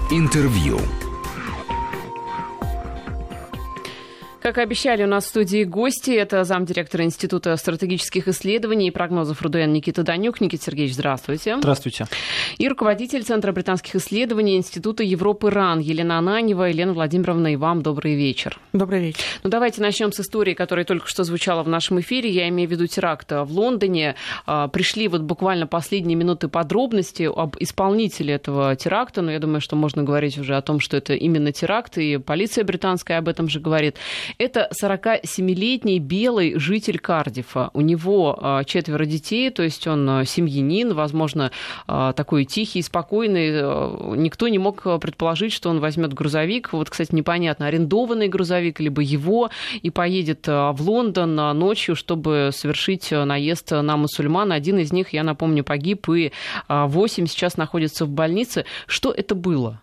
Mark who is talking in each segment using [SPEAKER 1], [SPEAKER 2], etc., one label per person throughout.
[SPEAKER 1] Интервью.
[SPEAKER 2] Как и обещали, у нас в студии гости. Это замдиректора Института стратегических исследований и прогнозов РУДН Никита Данюк. Никита Сергеевич, здравствуйте.
[SPEAKER 3] Здравствуйте.
[SPEAKER 2] И руководитель Центра британских исследований Института Европы РАН Елена Ананьева. Елена Владимировна, и вам добрый вечер.
[SPEAKER 4] Добрый вечер.
[SPEAKER 2] Ну, давайте начнем с истории, которая только что звучала в нашем эфире. Я имею в виду теракт в Лондоне. Пришли вот буквально последние минуты подробности об исполнителе этого теракта. Но я думаю, что можно говорить уже о том, что это именно теракт, и полиция британская об этом же говорит. Это 47-летний белый житель Кардифа. У него 4 детей, то есть он семьянин, возможно, такой тихий, спокойный. Никто не мог предположить, что он возьмет грузовик. Вот, кстати, непонятно, арендованный грузовик, либо его, и поедет в Лондон ночью, чтобы совершить наезд на мусульман. Один из них, я напомню, погиб, и 8 сейчас находятся в больнице. Что это было?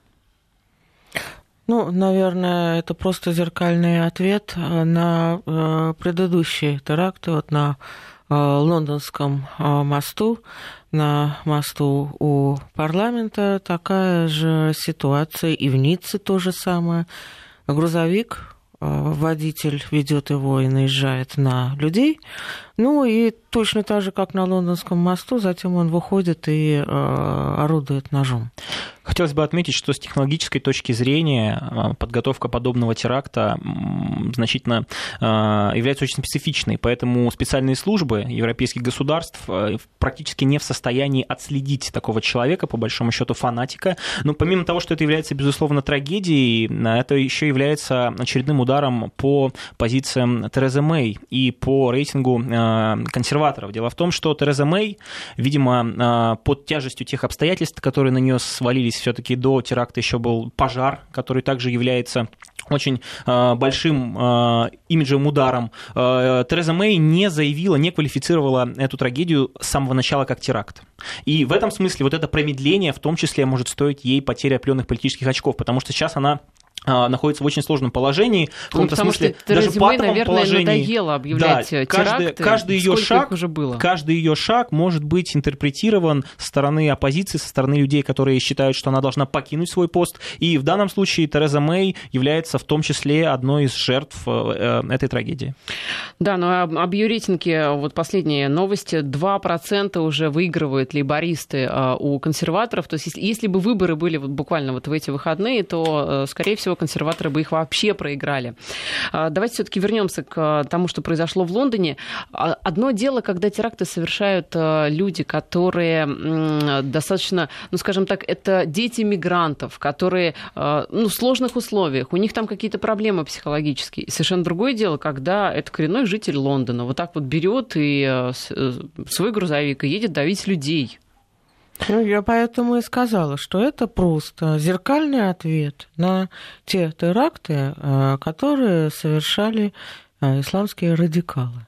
[SPEAKER 4] Ну, наверное, это просто зеркальный ответ на предыдущие теракты, вот на Лондонском мосту, на мосту у парламента такая же ситуация, и в Ницце то же самое. Грузовик, водитель ведет его и наезжает на людей. Ну и точно так же, как на Лондонском мосту, затем он выходит и орудует ножом.
[SPEAKER 3] Хотелось бы отметить, что с технологической точки зрения подготовка подобного теракта значительно является очень специфичной, поэтому специальные службы европейских государств практически не в состоянии отследить такого человека, по большому счету фанатика. Но помимо того, что это является, безусловно, трагедией, это еще является очередным ударом по позициям Терезы Мэй и по рейтингу консерваторов. Дело в том, что Тереза Мэй, видимо, под тяжестью тех обстоятельств, которые на нее свалились, все-таки до теракта еще был пожар, который также является очень большим имиджевым ударом. Тереза Мэй не заявила, не квалифицировала эту трагедию с самого начала как теракт. И в этом смысле вот это промедление в том числе может стоить ей потери определенных политических очков, потому что сейчас она находится в очень сложном положении, в каком-то смысле даже патовом положении.
[SPEAKER 2] Надоело объявлять теракты.
[SPEAKER 3] Каждый ее шаг может быть интерпретирован со стороны оппозиции, со стороны людей, которые считают, что она должна покинуть свой пост. И в данном случае Тереза Мэй является в том числе одной из жертв этой трагедии.
[SPEAKER 2] Да, но об ее рейтинге, вот последние новости, 2% уже выигрывают лейбористы у консерваторов. То есть если бы выборы были вот буквально вот в эти выходные, то, скорее всего, консерваторы бы их вообще проиграли. Давайте все-таки вернемся к тому, что произошло в Лондоне. Одно дело, когда теракты совершают люди, которые достаточно, ну, скажем так, это дети мигрантов, которые в сложных условиях, у них там какие-то проблемы психологические. И совершенно другое дело, когда это коренной житель Лондона вот так вот берет и свой грузовик и едет давить людей.
[SPEAKER 4] Ну, я поэтому и сказала, что это просто зеркальный ответ на те теракты, которые совершали исламские радикалы.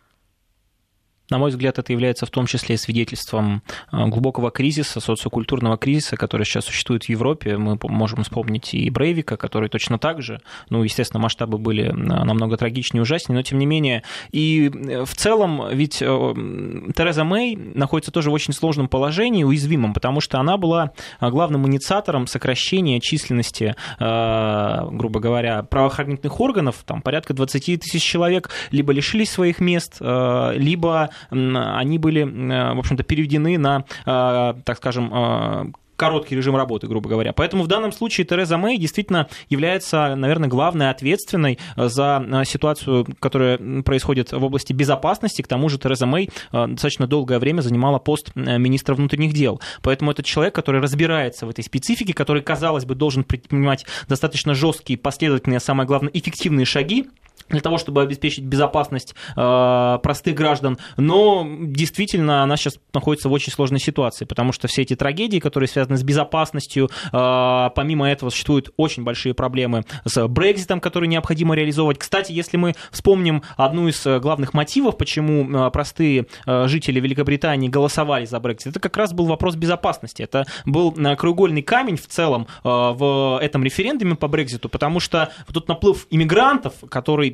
[SPEAKER 3] На мой взгляд, это является в том числе свидетельством глубокого кризиса, социокультурного кризиса, который сейчас существует в Европе. Мы можем вспомнить и Брейвика, который точно так же, естественно, масштабы были намного трагичнее и ужаснее, но тем не менее. И в целом, ведь Тереза Мэй находится тоже в очень сложном положении, уязвимом, потому что она была главным инициатором сокращения численности, грубо говоря, правоохранительных органов. Там порядка 20 тысяч человек либо лишились своих мест, либо они были, в общем-то, переведены на, так скажем, короткий режим работы, грубо говоря. Поэтому в данном случае Тереза Мэй действительно является, наверное, главной ответственной за ситуацию, которая происходит в области безопасности. К тому же Тереза Мэй достаточно долгое время занимала пост министра внутренних дел. Поэтому это человек, который разбирается в этой специфике, который, казалось бы, должен предпринимать достаточно жесткие, последовательные, а самое главное, эффективные шаги для того, чтобы обеспечить безопасность простых граждан, но действительно она сейчас находится в очень сложной ситуации, потому что все эти трагедии, которые связаны с безопасностью, помимо этого существуют очень большие проблемы с Брекситом, который необходимо реализовывать. Кстати, если мы вспомним одну из главных мотивов, почему простые жители Великобритании голосовали за Брексит, это как раз был вопрос безопасности. Это был краеугольный камень в целом в этом референдуме по Брекситу, потому что тот наплыв иммигрантов, который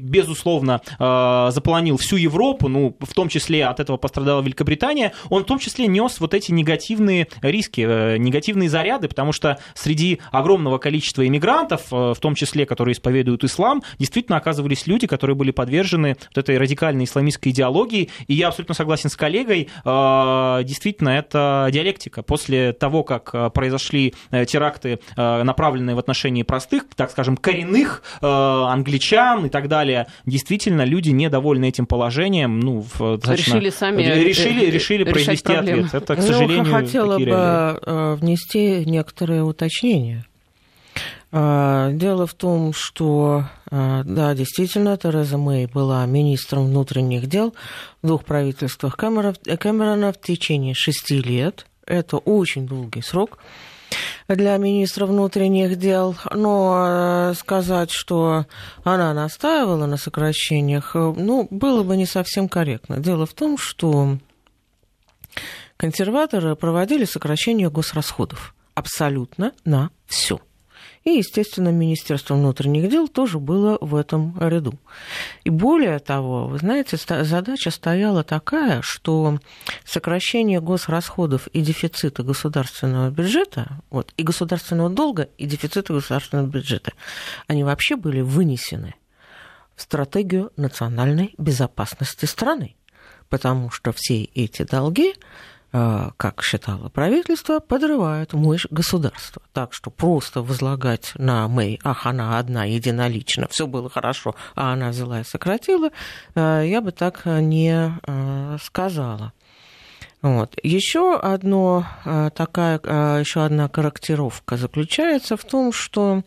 [SPEAKER 3] безусловно, заполонил всю Европу, ну, в том числе от этого пострадала Великобритания, он в том числе нес вот эти негативные риски, негативные заряды, потому что среди огромного количества иммигрантов, в том числе, которые исповедуют ислам, действительно оказывались люди, которые были подвержены вот этой радикальной исламистской идеологии, и я абсолютно согласен с коллегой, действительно, это диалектика. После того, как произошли теракты, направленные в отношении простых, так скажем, коренных англичан и так далее, действительно, люди недовольны этим положением, ну,
[SPEAKER 2] решили сами
[SPEAKER 3] решили произвести ответ. Это, к сожалению,
[SPEAKER 4] хотела бы внести некоторые уточнения. Дело в том, что, да, действительно, Тереза Мэй была министром внутренних дел в двух правительствах Кэмерона в течение 6 лет. Это очень долгий срок для министра внутренних дел, но сказать, что она настаивала на сокращениях, ну, было бы не совсем корректно. Дело в том, что консерваторы проводили сокращение госрасходов абсолютно на все. И, естественно, Министерство внутренних дел тоже было в этом ряду. И более того, вы знаете, задача стояла такая, что сокращение госрасходов и дефицита государственного бюджета, вот, и государственного долга, и дефицита государственного бюджета, они вообще были вынесены в стратегию национальной безопасности страны, потому что все эти долги, как считало правительство, подрывают мощь государства. Так что просто возлагать на Мэй, ах, она одна, единолично, все было хорошо, а она взяла и сократила, я бы так не сказала. Вот. Еще одна корректировка заключается в том, что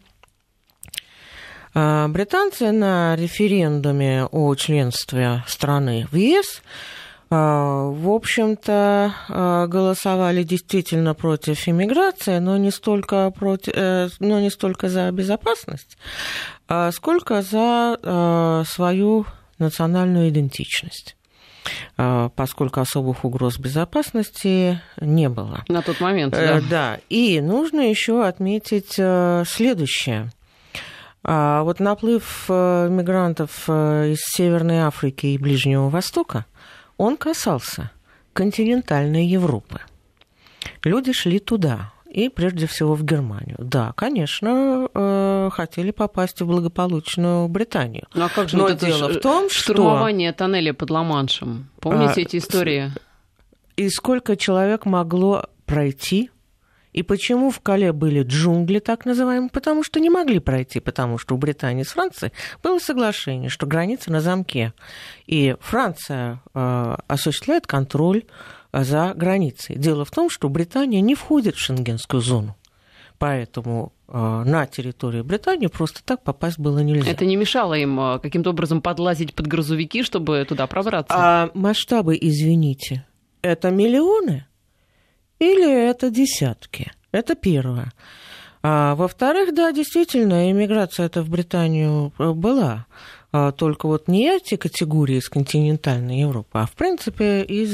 [SPEAKER 4] британцы на референдуме о членстве страны в ЕС в общем-то, голосовали действительно против иммиграции, но не столько за безопасность, сколько за свою национальную идентичность, поскольку особых угроз безопасности не было.
[SPEAKER 2] На тот момент, да.
[SPEAKER 4] Да, и нужно еще отметить следующее. Вот наплыв мигрантов из Северной Африки и Ближнего Востока, он касался континентальной Европы. Люди шли туда, и прежде всего в Германию. Да, конечно, хотели попасть в благополучную Британию.
[SPEAKER 2] Ну, а как же
[SPEAKER 4] но
[SPEAKER 2] вот
[SPEAKER 4] дело в том, что
[SPEAKER 2] штурмование тоннеля под Ла-Маншем? Помните эти истории?
[SPEAKER 4] И сколько человек могло пройти? И почему в Кале были джунгли, так называемые? Потому что не могли пройти, потому что у Британии с Францией было соглашение, что граница на замке. И Франция осуществляет контроль за границей. Дело в том, что Британия не входит в шенгенскую зону. Поэтому на территорию Британии просто так попасть было нельзя.
[SPEAKER 2] Это не мешало им каким-то образом подлазить под грузовики, чтобы туда пробраться?
[SPEAKER 4] А масштабы, извините, это миллионы? Или это десятки? Это первое. А во-вторых, да, действительно, иммиграция-то в Британию была. Только вот не эти категории из континентальной Европы, а в принципе из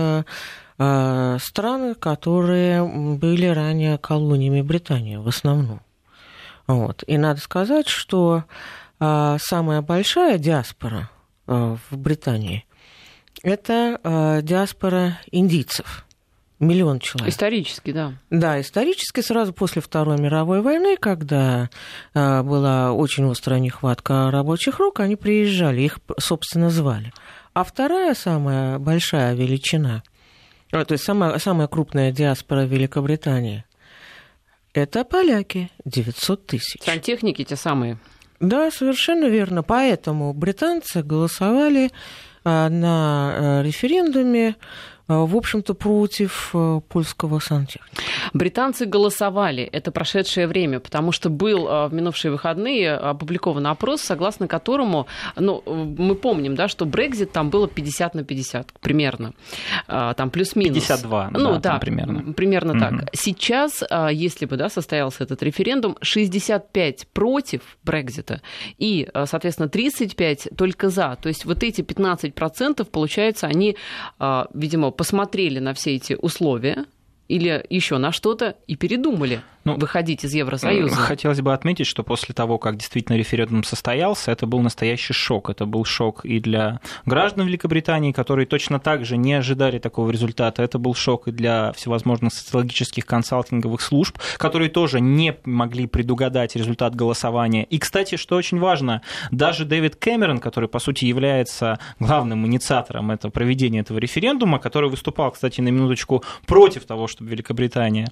[SPEAKER 4] стран, которые были ранее колониями Британии в основном. Вот. И надо сказать, что самая большая диаспора в Британии – это диаспора индийцев. 1 миллион человек.
[SPEAKER 2] Исторически, да.
[SPEAKER 4] Да, исторически, сразу после Второй мировой войны, когда была очень острая нехватка рабочих рук, они приезжали, их, собственно, звали. А вторая самая большая величина, то есть самая крупная диаспора Великобритании, это поляки, 900 тысяч.
[SPEAKER 2] Сантехники те самые.
[SPEAKER 4] Да, совершенно верно. Поэтому британцы голосовали на референдуме, в общем-то, против польского сантехника.
[SPEAKER 2] Британцы голосовали, это прошедшее время, потому что был в минувшие выходные опубликован опрос, согласно которому, ну, мы помним, да, что Брексит там было 50/50 примерно, там плюс-минус.
[SPEAKER 3] 52,
[SPEAKER 2] ну,
[SPEAKER 3] да, примерно.
[SPEAKER 2] Примерно так. Сейчас, если бы, да, состоялся этот референдум, 65 против Брексита и, соответственно, 35 только за. То есть вот эти 15%, получается, они, видимо, посмотрели на все эти условия или еще на что-то и передумали. выходить из Евросоюза.
[SPEAKER 3] Хотелось бы отметить, что после того, как действительно референдум состоялся, это был настоящий шок. Это был шок и для граждан Великобритании, которые точно так же не ожидали такого результата. Это был шок и для всевозможных социологических консалтинговых служб, которые тоже не могли предугадать результат голосования. И, кстати, что очень важно, даже Дэвид Кэмерон, который, по сути, является главным инициатором проведения этого референдума, который выступал, кстати, на минуточку против того, чтобы Великобритания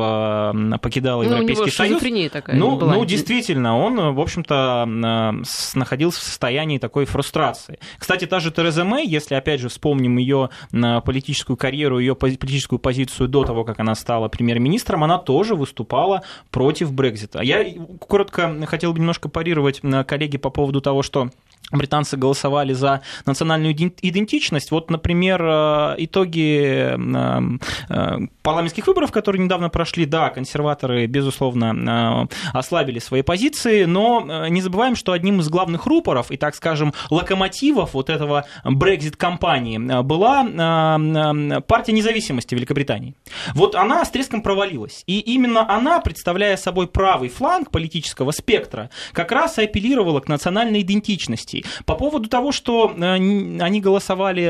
[SPEAKER 3] покидала Европейский Союз.
[SPEAKER 2] Такая была.
[SPEAKER 3] Действительно, он, в общем-то, находился в состоянии такой фрустрации. Кстати, та же Тереза Мэй, если, опять же, вспомним ее политическую карьеру, ее политическую позицию до того, как она стала премьер-министром, она тоже выступала против Брексита. Я коротко хотел бы немножко парировать коллеги по поводу того, что британцы голосовали за национальную идентичность. Вот, например, итоги парламентских выборов, которые недавно прошли, да, консерваторы, безусловно, ослабили свои позиции, но не забываем, что одним из главных рупоров и, так скажем, локомотивов вот этого Брексит-кампании была партия независимости Великобритании. Вот она с треском провалилась. И именно она, представляя собой правый фланг политического спектра, как раз и апеллировала к национальной идентичности. По поводу того, что они голосовали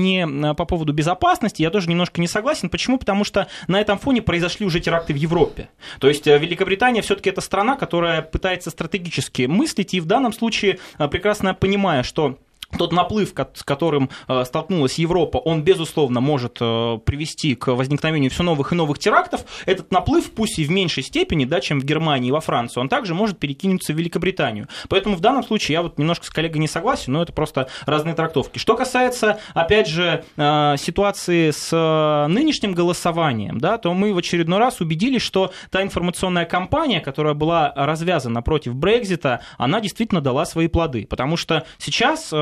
[SPEAKER 3] не по поводу безопасности, я тоже немножко не согласен. Почему? Потому что на этом фоне произошли уже теракты в Европе. То есть Великобритания все-таки это страна, которая пытается стратегически мыслить, и в данном случае, прекрасно понимая, что тот наплыв, с которым столкнулась Европа, он, безусловно, может привести к возникновению все новых и новых терактов. Этот наплыв, пусть и в меньшей степени, да, чем в Германии и во Франции, он также может перекинуться в Великобританию. Поэтому в данном случае я вот немножко с коллегой не согласен, но это просто разные трактовки. Что касается, опять же, ситуации с нынешним голосованием, да, то мы в очередной раз убедились, что та информационная кампания, которая была развязана против Брексита, она действительно дала свои плоды. Потому что сейчас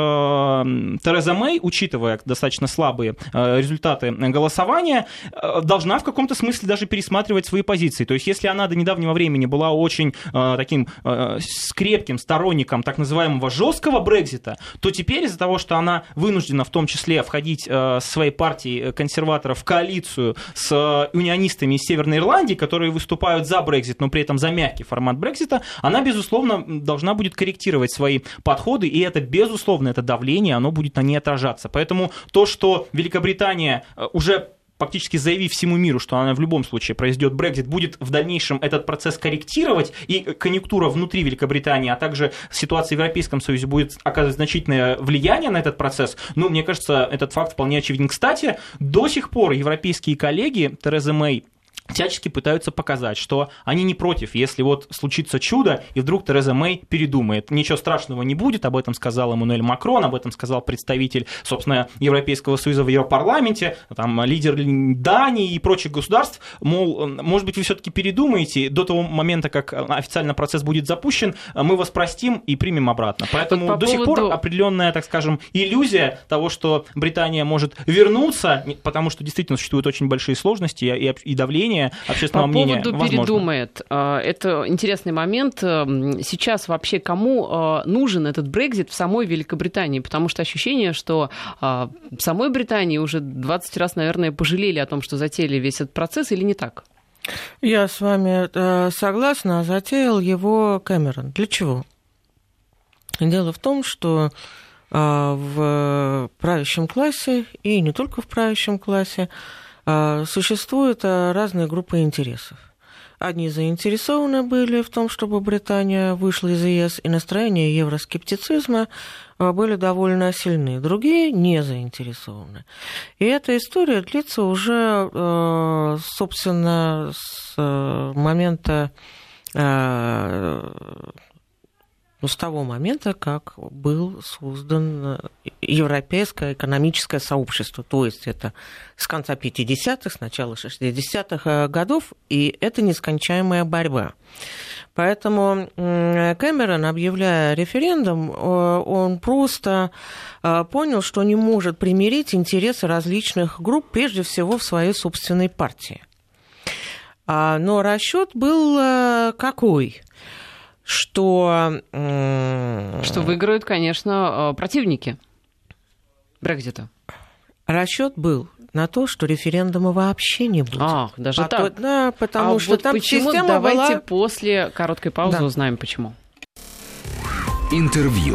[SPEAKER 3] Тереза Мэй, учитывая достаточно слабые результаты голосования, должна в каком-то смысле даже пересматривать свои позиции. То есть, если она до недавнего времени была очень таким крепким сторонником так называемого жесткого Брексита, то теперь из-за того, что она вынуждена в том числе входить с своей партией консерваторов в коалицию с унионистами из Северной Ирландии, которые выступают за Брексит, но при этом за мягкий формат Брексита, она, безусловно, должна будет корректировать свои подходы, и это, безусловно, это давление, оно будет на ней отражаться. Поэтому то, что Великобритания уже фактически заявив всему миру, что она в любом случае произойдет Брексит, будет в дальнейшем этот процесс корректировать, и конъюнктура внутри Великобритании, а также ситуация в Европейском Союзе будет оказывать значительное влияние на этот процесс, ну, мне кажется, этот факт вполне очевиден. Кстати, до сих пор европейские коллеги Терезы Мэй всячески пытаются показать, что они не против, если вот случится чудо, и вдруг Тереза Мэй передумает. Ничего страшного не будет, об этом сказал Эммануэль Макрон, об этом сказал представитель, собственно, Европейского Союза в Европарламенте, там, лидер Дании и прочих государств, мол, может быть, вы все-таки передумаете, до того момента, как официально процесс будет запущен, мы вас простим и примем обратно. Поэтому вот до сих пор определенная, так скажем, иллюзия того, что Британия может вернуться, потому что действительно существуют очень большие сложности и давление общественного мнения.
[SPEAKER 2] По поводу передумает. Это интересный момент. Сейчас вообще кому нужен этот Брексит в самой Великобритании? Потому что ощущение, что в самой Британии уже 20 раз, наверное, пожалели о том, что затеяли весь этот процесс, или не так?
[SPEAKER 4] Я с вами согласна. Затеял его Кэмерон. Для чего? Дело в том, что в правящем классе, и не только в правящем классе, существуют разные группы интересов. Одни заинтересованы были в том, чтобы Британия вышла из ЕС, и настроения евроскептицизма были довольно сильны. Другие не заинтересованы. И эта история длится уже, собственно, с момента... с того момента, как был создан Европейское экономическое сообщество. То есть это с конца 50-х, с начала 60-х годов, и это нескончаемая борьба. Поэтому Кэмерон, объявляя референдум, он просто понял, что не может примирить интересы различных групп, прежде всего в своей собственной партии. Но расчет был какой? Что
[SPEAKER 2] выиграют, конечно, противники Брексита.
[SPEAKER 4] Расчет был на то, что референдума вообще не будет.
[SPEAKER 2] Ах, даже так?
[SPEAKER 4] Да, потому что
[SPEAKER 2] вот
[SPEAKER 4] там
[SPEAKER 2] почему?
[SPEAKER 4] система
[SPEAKER 2] Давайте
[SPEAKER 4] была...
[SPEAKER 2] после короткой паузы узнаем, почему.
[SPEAKER 1] Интервью.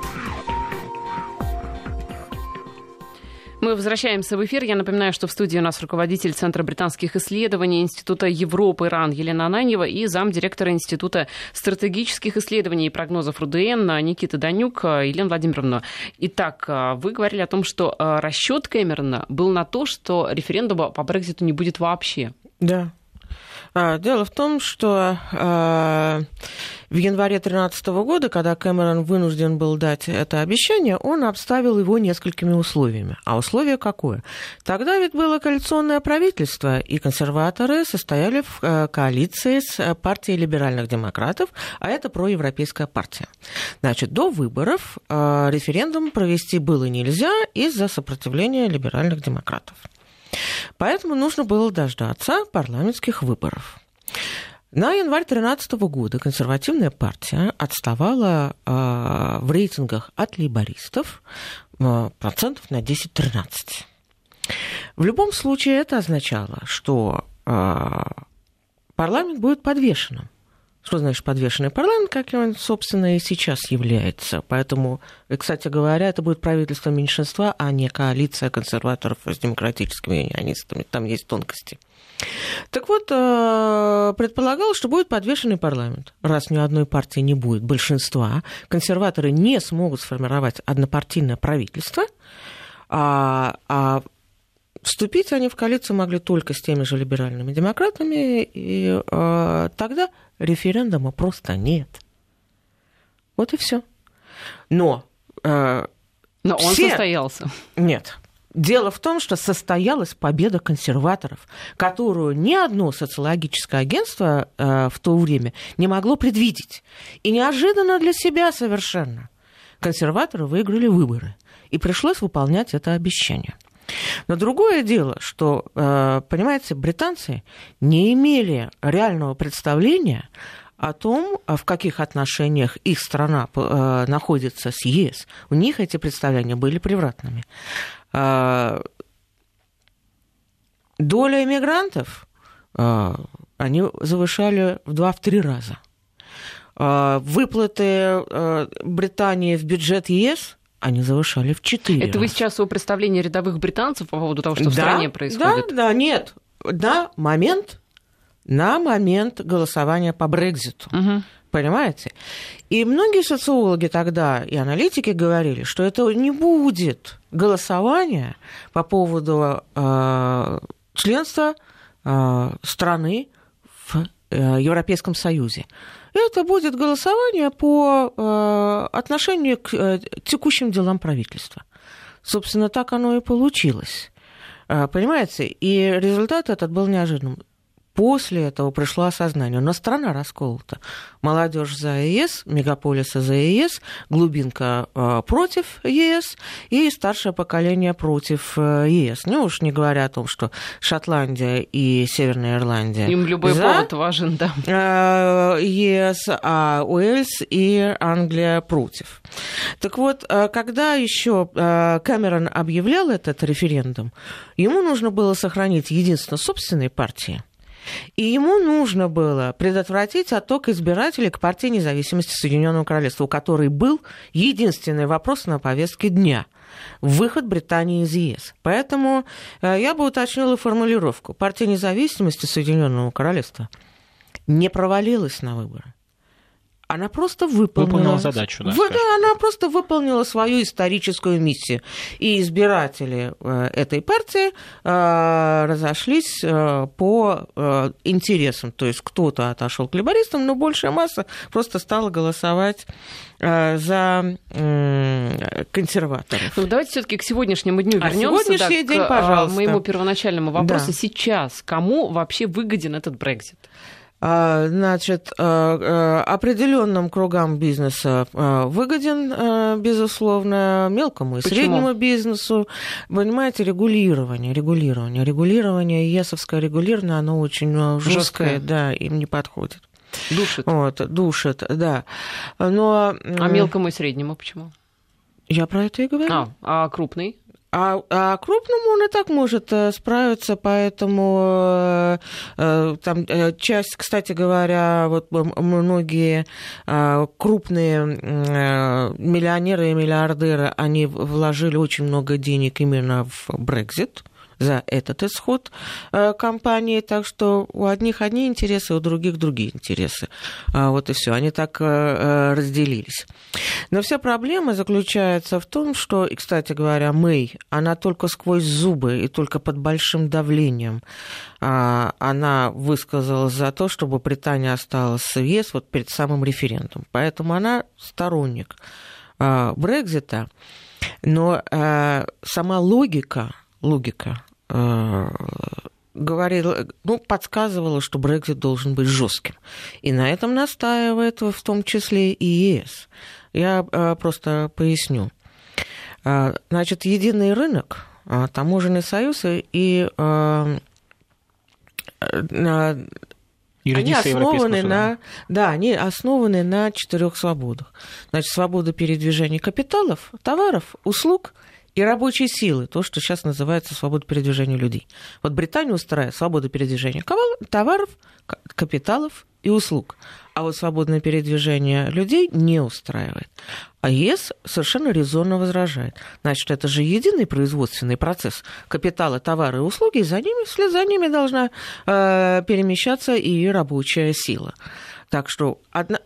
[SPEAKER 2] Мы возвращаемся в эфир. Я напоминаю, что в студии у нас руководитель Центра британских исследований Института Европы РАН Елена Ананьева и замдиректора Института стратегических исследований и прогнозов РУДН Никита Данюк. Елена Владимировна, итак, вы говорили о том, что расчет Кэмерона был на то, что референдума по Брекситу не будет вообще.
[SPEAKER 4] Да. Дело в том, что в январе 2013 года, когда Кэмерон вынужден был дать это обещание, он обставил его несколькими условиями. А условие какое? Тогда ведь было коалиционное правительство, и консерваторы состояли в коалиции с партией либеральных демократов, а это проевропейская партия. Значит, до выборов референдум провести было нельзя из-за сопротивления либеральных демократов. Поэтому нужно было дождаться парламентских выборов. На январь 2013 года консервативная партия отставала в рейтингах от лейбористов процентов на 10-13. В любом случае это означало, что парламент будет подвешенным. Что значит подвешенный парламент, как он, собственно, и сейчас является. Поэтому, кстати говоря, это будет правительство меньшинства, а не коалиция консерваторов с демократическими юнионистами. Там есть тонкости. Так вот, предполагалось, что будет подвешенный парламент. Раз ни одной партии не будет большинства, консерваторы не смогут сформировать однопартийное правительство, а вступить они в коалицию могли только с теми же либеральными демократами, и тогда референдума просто нет. Вот и все. Но
[SPEAKER 2] он состоялся.
[SPEAKER 4] Нет. Дело в том, что состоялась победа консерваторов, которую ни одно социологическое агентство в то время не могло предвидеть. И неожиданно для себя совершенно консерваторы выиграли выборы. И пришлось выполнять это обещание. Но другое дело, что, понимаете, британцы не имели реального представления о том, в каких отношениях их страна находится с ЕС. У них эти представления были превратными. Доля иммигрантов они завышали в 2-3 раза. Выплаты Британии в бюджет ЕС они завышали в 4 раза.
[SPEAKER 2] Это вы сейчас о представлении рядовых британцев по поводу того, что в стране происходит?
[SPEAKER 4] Да, нет. На момент голосования по Брекситу. Угу. Понимаете? И многие социологи тогда и аналитики говорили, что это не будет голосование по поводу членства страны в Европейском Союзе. Это будет голосование по отношению к текущим делам правительства. Собственно, так оно и получилось. Понимаете? И результат этот был неожиданным. После этого пришло осознание, но страна расколота. Молодежь за ЕС, мегаполисы за ЕС, глубинка против ЕС и старшее поколение против ЕС. Ну уж не говоря о том, что Шотландия и Северная Ирландия
[SPEAKER 2] им любой повод важен, да.
[SPEAKER 4] ЕС, а Уэльс и Англия против. Так вот, когда еще Кэмерон объявлял этот референдум, ему нужно было сохранить единство собственной партии. И ему нужно было предотвратить отток избирателей к партии независимости Соединенного Королевства, у которой был единственный вопрос на повестке дня – выход Британии из ЕС. Поэтому я бы уточнила формулировку. Партия независимости Соединенного Королевства не провалилась на выборы. Она просто выполнила
[SPEAKER 3] задачу, да,
[SPEAKER 4] она просто выполнила свою историческую миссию. И избиратели этой партии разошлись по интересам. То есть кто-то отошел к лейбористам, но большая масса просто стала голосовать за консерваторов.
[SPEAKER 2] Ну, давайте все-таки к сегодняшнему дню вернемся.
[SPEAKER 4] Сегодняшний день, пожалуйста.
[SPEAKER 2] К моему первоначальному вопросу.
[SPEAKER 4] Да.
[SPEAKER 2] Сейчас кому вообще выгоден этот Брексит?
[SPEAKER 4] Значит, определенным кругам бизнеса выгоден, безусловно, мелкому и среднему бизнесу. Понимаете, регулирование ЕСовское регулирование, оно очень жесткое, да, им не подходит. Душит, да. Но...
[SPEAKER 2] А мелкому и среднему почему?
[SPEAKER 4] Я про это и говорю.
[SPEAKER 2] А крупный?
[SPEAKER 4] А крупному он и так может справиться, поэтому там часть, кстати говоря, вот многие крупные миллионеры и миллиардеры, они вложили очень много денег именно в Brexit, за этот исход компании, так что у одних одни интересы, у других другие интересы. Вот и все, они так разделились. Но вся проблема заключается в том, что, и, кстати говоря, Мэй, она только сквозь зубы и только под большим давлением она высказалась за то, чтобы Британия осталась в ЕС вот перед самым референдумом. Поэтому она сторонник Брексита, но сама логика говорила, подсказывала, что Брексит должен быть жестким. И на этом настаивает в том числе и ЕС. Я просто поясню. Значит, единый рынок, таможенный союз и они основаны на 4 свободах. Значит, свобода передвижения капиталов, товаров, услуг и рабочей силы, то, что сейчас называется свобода передвижения людей. Вот Британию устраивает свобода передвижения товаров, капиталов и услуг. А вот свободное передвижение людей не устраивает. А ЕС совершенно резонно возражает. Значит, это же единый производственный процесс. Капиталы, товары и услуги, и вслед за ними должна перемещаться и рабочая сила. Так что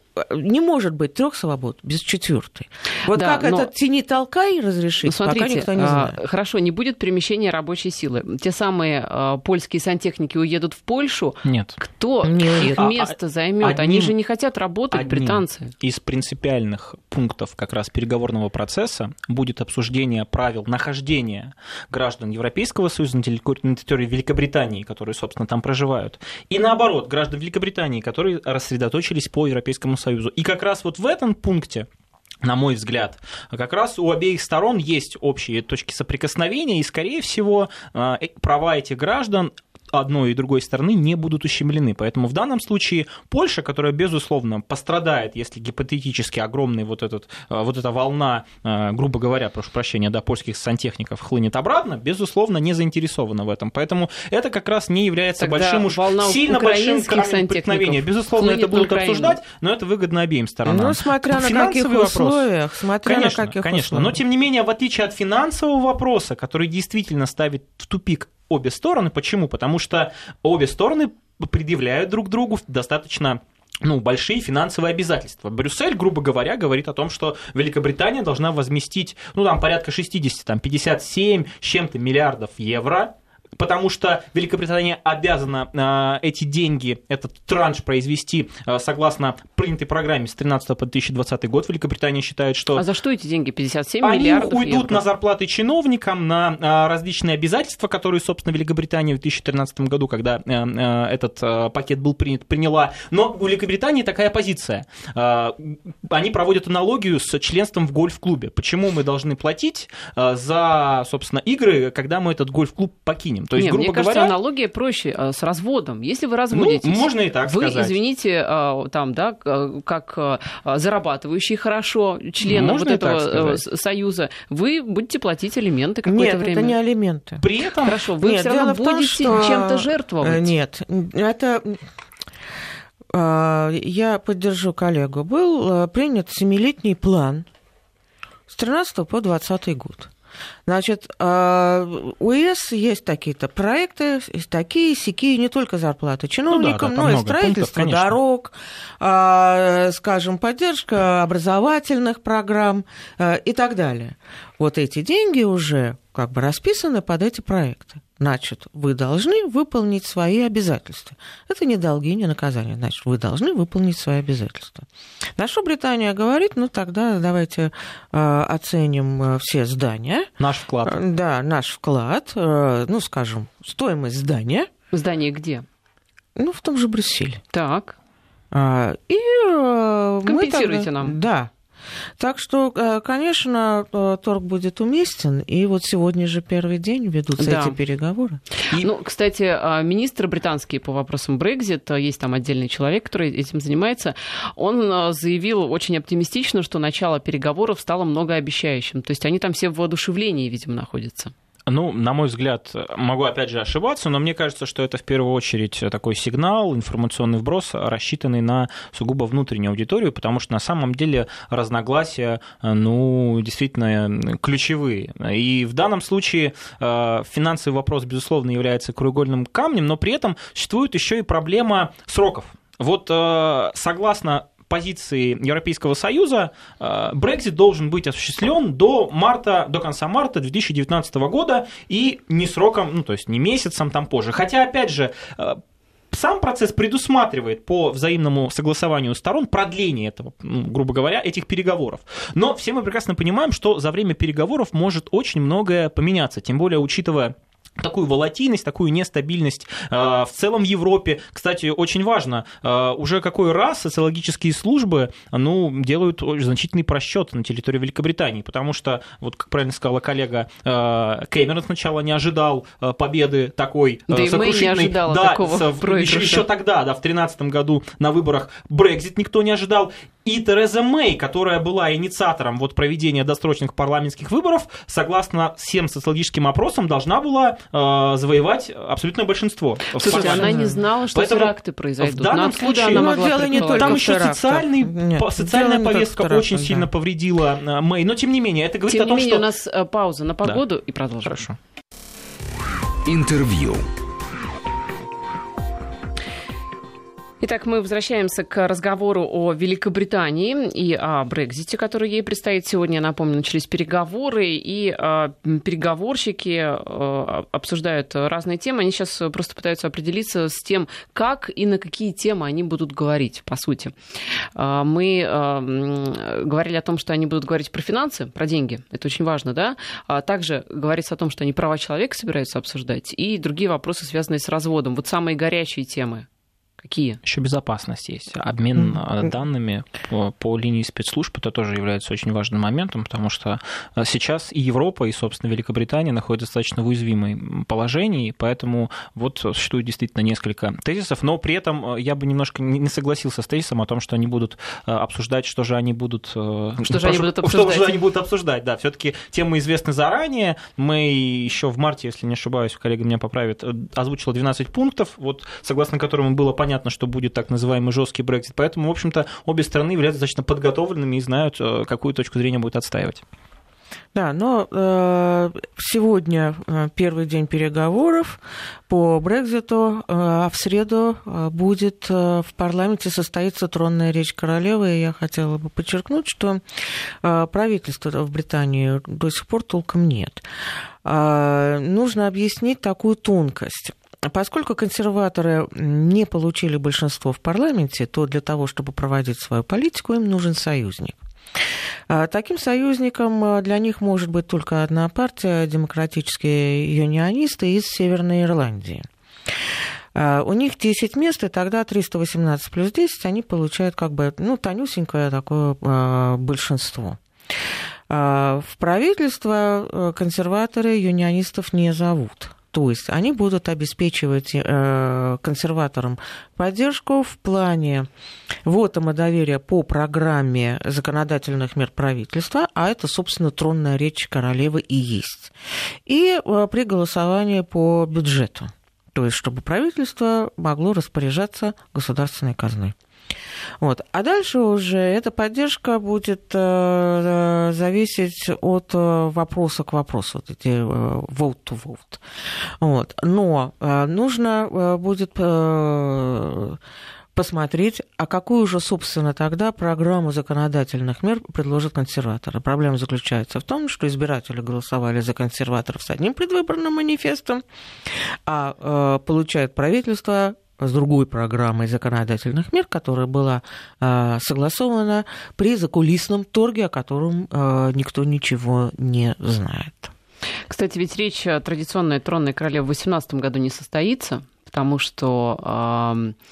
[SPEAKER 4] не может быть 3 свобод без 4. Вот да, как этот тяни-толкай разрешить, пока никто не знает.
[SPEAKER 2] Хорошо, не будет перемещения рабочей силы. Те самые польские сантехники уедут в Польшу.
[SPEAKER 3] Нет.
[SPEAKER 2] Кто их место займет? Они же не хотят работать, британцы.
[SPEAKER 3] Из принципиальных пунктов как раз переговорного процесса будет обсуждение правил нахождения граждан Европейского Союза на территории Великобритании, которые, собственно, там проживают. И наоборот, граждан Великобритании, которые рассредоточились по Европейскому Союзу. И как раз вот в этом пункте, на мой взгляд, как раз у обеих сторон есть общие точки соприкосновения, и, скорее всего, права этих граждан одной и другой стороны не будут ущемлены. Поэтому в данном случае Польша, которая, безусловно, пострадает, если гипотетически огромная вот эта волна, грубо говоря, прошу прощения, польских сантехников хлынет обратно, безусловно, не заинтересована в этом. Поэтому это как раз не является сильно большим камнем преткновения. Безусловно, это будут обсуждать, но это выгодно обеим сторонам.
[SPEAKER 4] Ну, смотря на каких условиях.
[SPEAKER 3] Конечно. Но, тем не менее, в отличие от финансового вопроса, который действительно ставит в тупик обе стороны. Почему? Потому что обе стороны предъявляют друг другу достаточно большие финансовые обязательства. Брюссель, грубо говоря, говорит о том, что Великобритания должна возместить, порядка 60, 57 с чем-то миллиардов евро, потому что Великобритания обязана эти деньги, этот транш произвести согласно принятой программе с 2013 по 2020 год. Великобритания считает, что...
[SPEAKER 2] А за что эти деньги? 57 миллиардов
[SPEAKER 3] Они уйдут
[SPEAKER 2] евро?
[SPEAKER 3] На зарплаты чиновникам, на различные обязательства, которые, собственно, Великобритания в 2013 году, когда этот пакет был принят, приняла. Но у Великобритании такая позиция. Они проводят аналогию с членством в гольф-клубе. Почему мы должны платить за, собственно, игры, когда мы этот гольф-клуб покинем? То есть, грубо
[SPEAKER 2] мне кажется,
[SPEAKER 3] говоря,
[SPEAKER 2] аналогия проще с разводом. Если вы разводитесь,
[SPEAKER 3] можно и так сказать.
[SPEAKER 2] Вы, извините, как зарабатывающий хорошо член вот этого союза, вы будете платить алименты какое-то время.
[SPEAKER 4] Нет, это не алименты.
[SPEAKER 3] При этом...
[SPEAKER 2] Хорошо, вы все равно будете чем-то жертвовать.
[SPEAKER 4] Нет, это... Я поддержу коллегу. Был принят 7-летний план с 2013 по 2020 год. Значит, у ЕС есть такие-то проекты, такие-сякие, не только зарплаты чиновникам, но и строительство пунктов, дорог, скажем, поддержка образовательных программ и так далее. Вот эти деньги уже расписаны под эти проекты. Значит, вы должны выполнить свои обязательства. Это не долги, не наказания. Значит, вы должны выполнить свои обязательства. На что Британия говорит, тогда давайте оценим все здания.
[SPEAKER 3] Наш вклад.
[SPEAKER 4] Да, наш вклад, скажем, стоимость здания.
[SPEAKER 2] Здание где?
[SPEAKER 4] В том же Брюсселе.
[SPEAKER 2] Так.
[SPEAKER 4] И
[SPEAKER 2] компенсируйте нам.
[SPEAKER 4] Да. Так что, конечно, торг будет уместен, и вот сегодня же первый день ведутся эти переговоры.
[SPEAKER 2] Ну, кстати, министр британский по вопросам Brexit, есть там отдельный человек, который этим занимается, он заявил очень оптимистично, что начало переговоров стало многообещающим. То есть они там все в воодушевлении, видимо, находятся.
[SPEAKER 3] Ну, на мой взгляд, могу опять же ошибаться, но мне кажется, что это в первую очередь такой сигнал, информационный вброс, рассчитанный на сугубо внутреннюю аудиторию, потому что на самом деле разногласия, ну, действительно ключевые. И в данном случае финансовый вопрос, безусловно, является краеугольным камнем, но при этом существует еще и проблема сроков. Вот согласно позиции Европейского Союза, Brexit должен быть осуществлен до конца марта 2019 года и не сроком, ну, то есть не месяцем там позже. Хотя, опять же, сам процесс предусматривает по взаимному согласованию сторон продление этого, грубо говоря, этих переговоров. Но все мы прекрасно понимаем, что за время переговоров может очень многое поменяться, тем более учитывая такую волатильность, такую нестабильность в целом в Европе. Кстати, очень важно, уже какой раз социологические службы делают значительный просчет на территории Великобритании, потому что, вот как правильно сказала коллега, Кэмерон сначала не ожидал победы такой
[SPEAKER 2] сокрушительной. Да и Мэй не ожидала такого проигрыша. Еще
[SPEAKER 3] тогда, в 2013 году на выборах Brexit никто не ожидал. И Тереза Мэй, которая была инициатором проведения досрочных парламентских выборов, согласно всем социологическим опросам, должна была завоевать абсолютное большинство.
[SPEAKER 2] Слушайте, она не знала, что теракты произойдут.
[SPEAKER 3] В данном случае она могла предположить. Там еще социальная повестка очень сильно повредила Мэй. Но тем не менее, это говорит о том, что...
[SPEAKER 2] Тем не менее, у нас пауза на погоду и продолжим.
[SPEAKER 3] Хорошо.
[SPEAKER 1] Интервью.
[SPEAKER 2] Итак, мы возвращаемся к разговору о Великобритании и о Брексите, который ей предстоит сегодня. Я напомню, начались переговоры, и переговорщики обсуждают разные темы. Они сейчас просто пытаются определиться с тем, как и на какие темы они будут говорить, по сути. Мы говорили о том, что они будут говорить про финансы, про деньги. Это очень важно, да? Также говорится о том, что они права человека собираются обсуждать, и другие вопросы, связанные с разводом. Вот самые горячие темы. Какие?
[SPEAKER 3] Еще безопасность есть. Обмен данными по линии спецслужб, это тоже является очень важным моментом, потому что сейчас и Европа, и, собственно, Великобритания находятся в достаточно в уязвимом положении, поэтому вот существует действительно несколько тезисов, но при этом я бы немножко не согласился с тезисом о том, что они будут обсуждать, что же они будут обсуждать. Да, все-таки темы известны заранее. Мы еще в марте, если не ошибаюсь, коллега меня поправит, озвучила 12 пунктов, вот, согласно которым было понятно, что будет так называемый жесткий Brexit. Поэтому, в общем-то, обе стороны являются достаточно подготовленными и знают, какую точку зрения будут отстаивать.
[SPEAKER 4] Да, но сегодня первый день переговоров по Брекситу, а в среду будет в парламенте состоится тронная речь королевы. И я хотела бы подчеркнуть, что правительства в Британии до сих пор толком нет. Нужно объяснить такую тонкость. Поскольку консерваторы не получили большинство в парламенте, то для того, чтобы проводить свою политику, им нужен союзник. Таким союзником для них может быть только одна партия, демократические юнионисты из Северной Ирландии. У них 10 мест, и тогда 318 плюс 10 они получают тонюсенькое такое большинство. В правительство консерваторы юнионистов не зовут. То есть они будут обеспечивать консерваторам поддержку в плане вотума доверия по программе законодательных мер правительства, а это, собственно, тронная речь королевы и есть. И при голосовании по бюджету, то есть чтобы правительство могло распоряжаться государственной казной. Вот. А дальше уже эта поддержка будет зависеть от вопроса к вопросу, вот эти vote to vote. Вот. Но нужно будет посмотреть, а какую же, собственно, тогда программу законодательных мер предложат консерваторы. Проблема заключается в том, что избиратели голосовали за консерваторов с одним предвыборным манифестом, а получает правительство с другой программой законодательных мер, которая была согласована при закулисном торге, о котором никто ничего не знает.
[SPEAKER 2] Кстати, ведь речь традиционная тронной королевы в 2018 году не состоится, потому что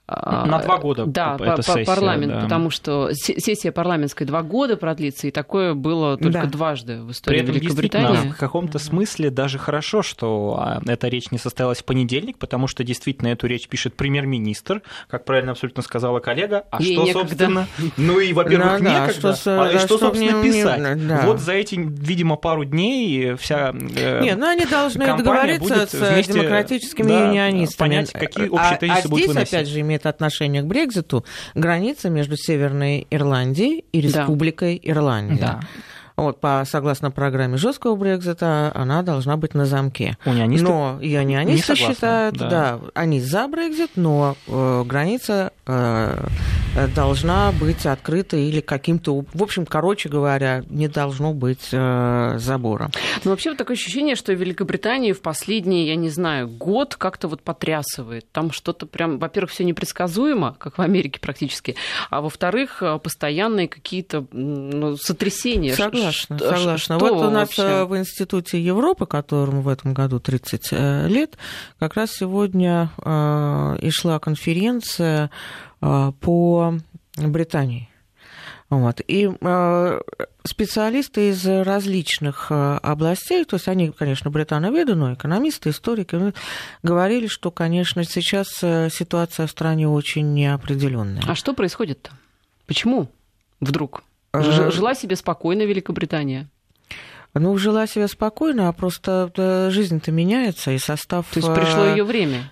[SPEAKER 3] На 2 года.
[SPEAKER 2] Да,
[SPEAKER 3] сессия,
[SPEAKER 2] парламент,
[SPEAKER 3] да.
[SPEAKER 2] Потому что сессия парламентская 2 года продлится, и такое было только дважды в истории Великобритании.
[SPEAKER 3] В каком-то смысле даже хорошо, что эта речь не состоялась в понедельник, потому что действительно эту речь пишет премьер-министр, как правильно абсолютно сказала коллега. А
[SPEAKER 2] ей
[SPEAKER 3] что,
[SPEAKER 2] некогда.
[SPEAKER 3] Собственно... Ну и, во-первых, некогда. Что, собственно, писать?
[SPEAKER 4] Да.
[SPEAKER 3] Вот за эти, видимо, пару дней вся
[SPEAKER 4] Нет, ну они должны договориться с
[SPEAKER 3] вместе,
[SPEAKER 4] демократическими юнионистами.
[SPEAKER 3] Понять, какие общие тезисы будут выносить.
[SPEAKER 4] Опять же, имеет отношение к Брекситу граница между Северной Ирландией и Республикой Ирландия.
[SPEAKER 3] Да.
[SPEAKER 4] Вот, согласно программе жесткого Брексита, она должна быть на замке.
[SPEAKER 3] Унионисты
[SPEAKER 4] но унионисты считают,
[SPEAKER 3] да,
[SPEAKER 4] они за Брексит, но граница должна быть открыта или каким-то... В общем, короче говоря, не должно быть забора.
[SPEAKER 2] Но вообще вот такое ощущение, что Великобритании в последний, я не знаю, год как-то вот потрясывает. Там что-то прям, во-первых, все непредсказуемо, как в Америке практически, а во-вторых, постоянные какие-то сотрясения.
[SPEAKER 4] Согласна. Вот у нас в Институте Европы, которому в этом году 30 лет, как раз сегодня и шла конференция по Британии. Вот. И специалисты из различных областей, то есть они, конечно, британоведы, но экономисты, историки, говорили, что, конечно, сейчас ситуация в стране очень неопределенная.
[SPEAKER 2] А что происходит-то? Почему вдруг? Жила себе спокойно Великобритания?
[SPEAKER 4] Ну, жила себе спокойно, а просто жизнь-то меняется, и состав...
[SPEAKER 2] То есть пришло ее время?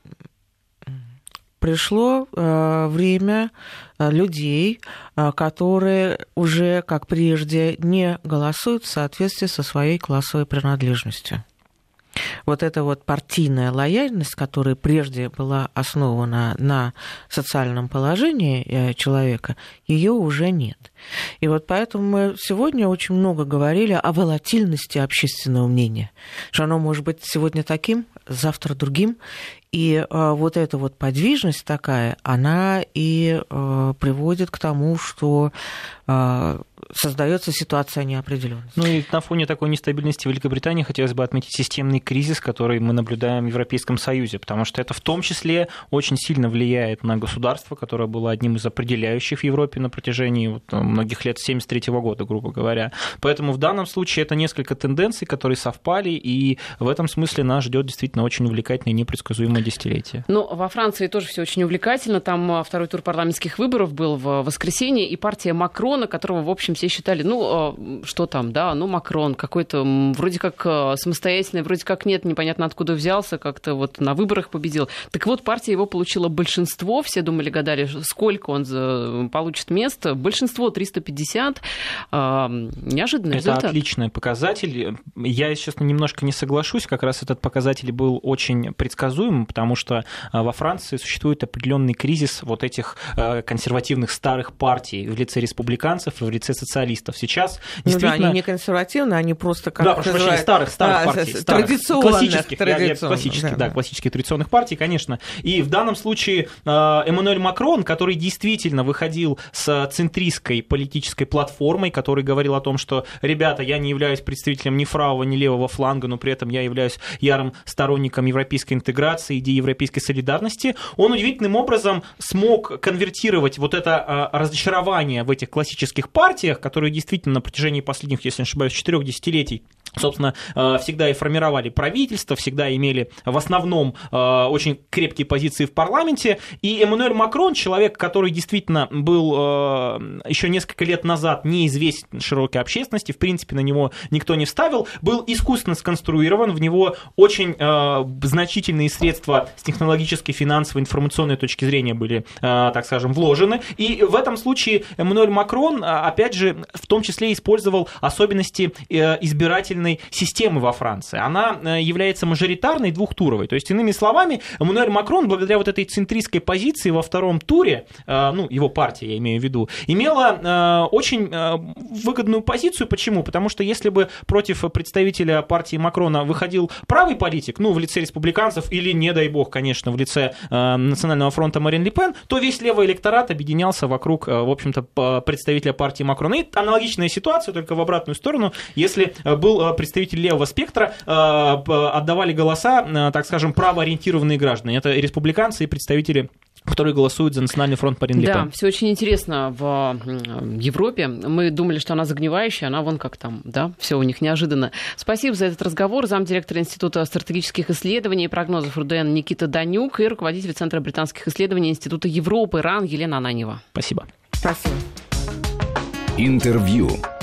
[SPEAKER 4] Пришло время людей, которые уже, как прежде, не голосуют в соответствии со своей классовой принадлежностью. Вот эта вот партийная лояльность, которая прежде была основана на социальном положении человека, ее уже нет. И вот поэтому мы сегодня очень много говорили о волатильности общественного мнения, что оно может быть сегодня таким, завтра другим. И вот эта вот подвижность такая, она и приводит к тому, что создается ситуация неопределенности.
[SPEAKER 3] Ну и на фоне такой нестабильности в Великобритании хотелось бы отметить системный кризис, который мы наблюдаем в Европейском Союзе, потому что это в том числе очень сильно влияет на государство, которое было одним из определяющих в Европе на протяжении многих лет, с 1973 года, грубо говоря. Поэтому в данном случае это несколько тенденций, которые совпали, и в этом смысле нас ждет действительно очень увлекательное и непредсказуемое десятилетие.
[SPEAKER 2] Ну, во Франции тоже все очень увлекательно. Там второй тур парламентских выборов был в воскресенье, и партия Макрона, которого, в общем, все считали, что там, да, Макрон какой-то вроде как самостоятельный, вроде как нет, непонятно откуда взялся, как-то вот на выборах победил. Так вот, партия его получила большинство, все думали, гадали, сколько он получит мест. Большинство 350. Неожиданный результат.
[SPEAKER 3] Это отличный показатель. Я, честно, немножко не соглашусь. Как раз этот показатель был очень предсказуемым, потому что во Франции существует определенный кризис вот этих консервативных старых партий в лице республиканцев и в лице социалистов. Сейчас действительно...
[SPEAKER 4] они не консервативные, они просто как...
[SPEAKER 3] Да, прошу прощения, старых партий. Классических традиционных партий, конечно. И в данном случае Эммануэль Макрон, который действительно выходил с центристской политической платформой, который говорил о том, что, ребята, я не являюсь представителем ни правого, ни левого фланга, но при этом я являюсь ярым сторонником европейской интеграции, идеи европейской солидарности, он удивительным образом смог конвертировать вот это разочарование в этих классических партиях, которые действительно на протяжении последних, если не ошибаюсь, 4 десятилетий, собственно, всегда и формировали правительство, всегда имели в основном очень крепкие позиции в парламенте. И Эммануэль Макрон, человек, который действительно был еще несколько лет назад неизвестен широкой общественности, в принципе, на него никто не вставил, был искусственно сконструирован, в него очень значительные средства с технологической, финансовой, информационной точки зрения были, так скажем, вложены. И в этом случае Эммануэль Макрон, опять же, в том числе использовал особенности избирательной системы во Франции. Она является мажоритарной, двухтуровой. То есть, иными словами, Эммануэль Макрон, благодаря вот этой центристской позиции во втором туре, его партия, я имею в виду, имела очень выгодную позицию. Почему? Потому что если бы против представителя партии Макрона выходил правый политик, в лице республиканцев или, не дай бог, конечно, в лице Национального фронта Марин Ле Пен, то весь левый электорат объединялся вокруг, в общем-то, представителя партии Макрона. И аналогичная ситуация, только в обратную сторону, если был представитель левого спектра, отдавали голоса, так скажем, правоориентированные граждане. Это республиканцы и представители которые голосуют за Национальный фронт Марин Ле Пен.
[SPEAKER 2] Да, все очень интересно в Европе. Мы думали, что она загнивающая, она вон как там, да, все у них неожиданно. Спасибо за этот разговор. Замдиректора Института стратегических исследований и прогнозов РУДН Никита Данюк и руководитель Центра британских исследований Института Европы РАН Елена Ананьева.
[SPEAKER 3] Спасибо.
[SPEAKER 4] Спасибо.
[SPEAKER 1] Интервью.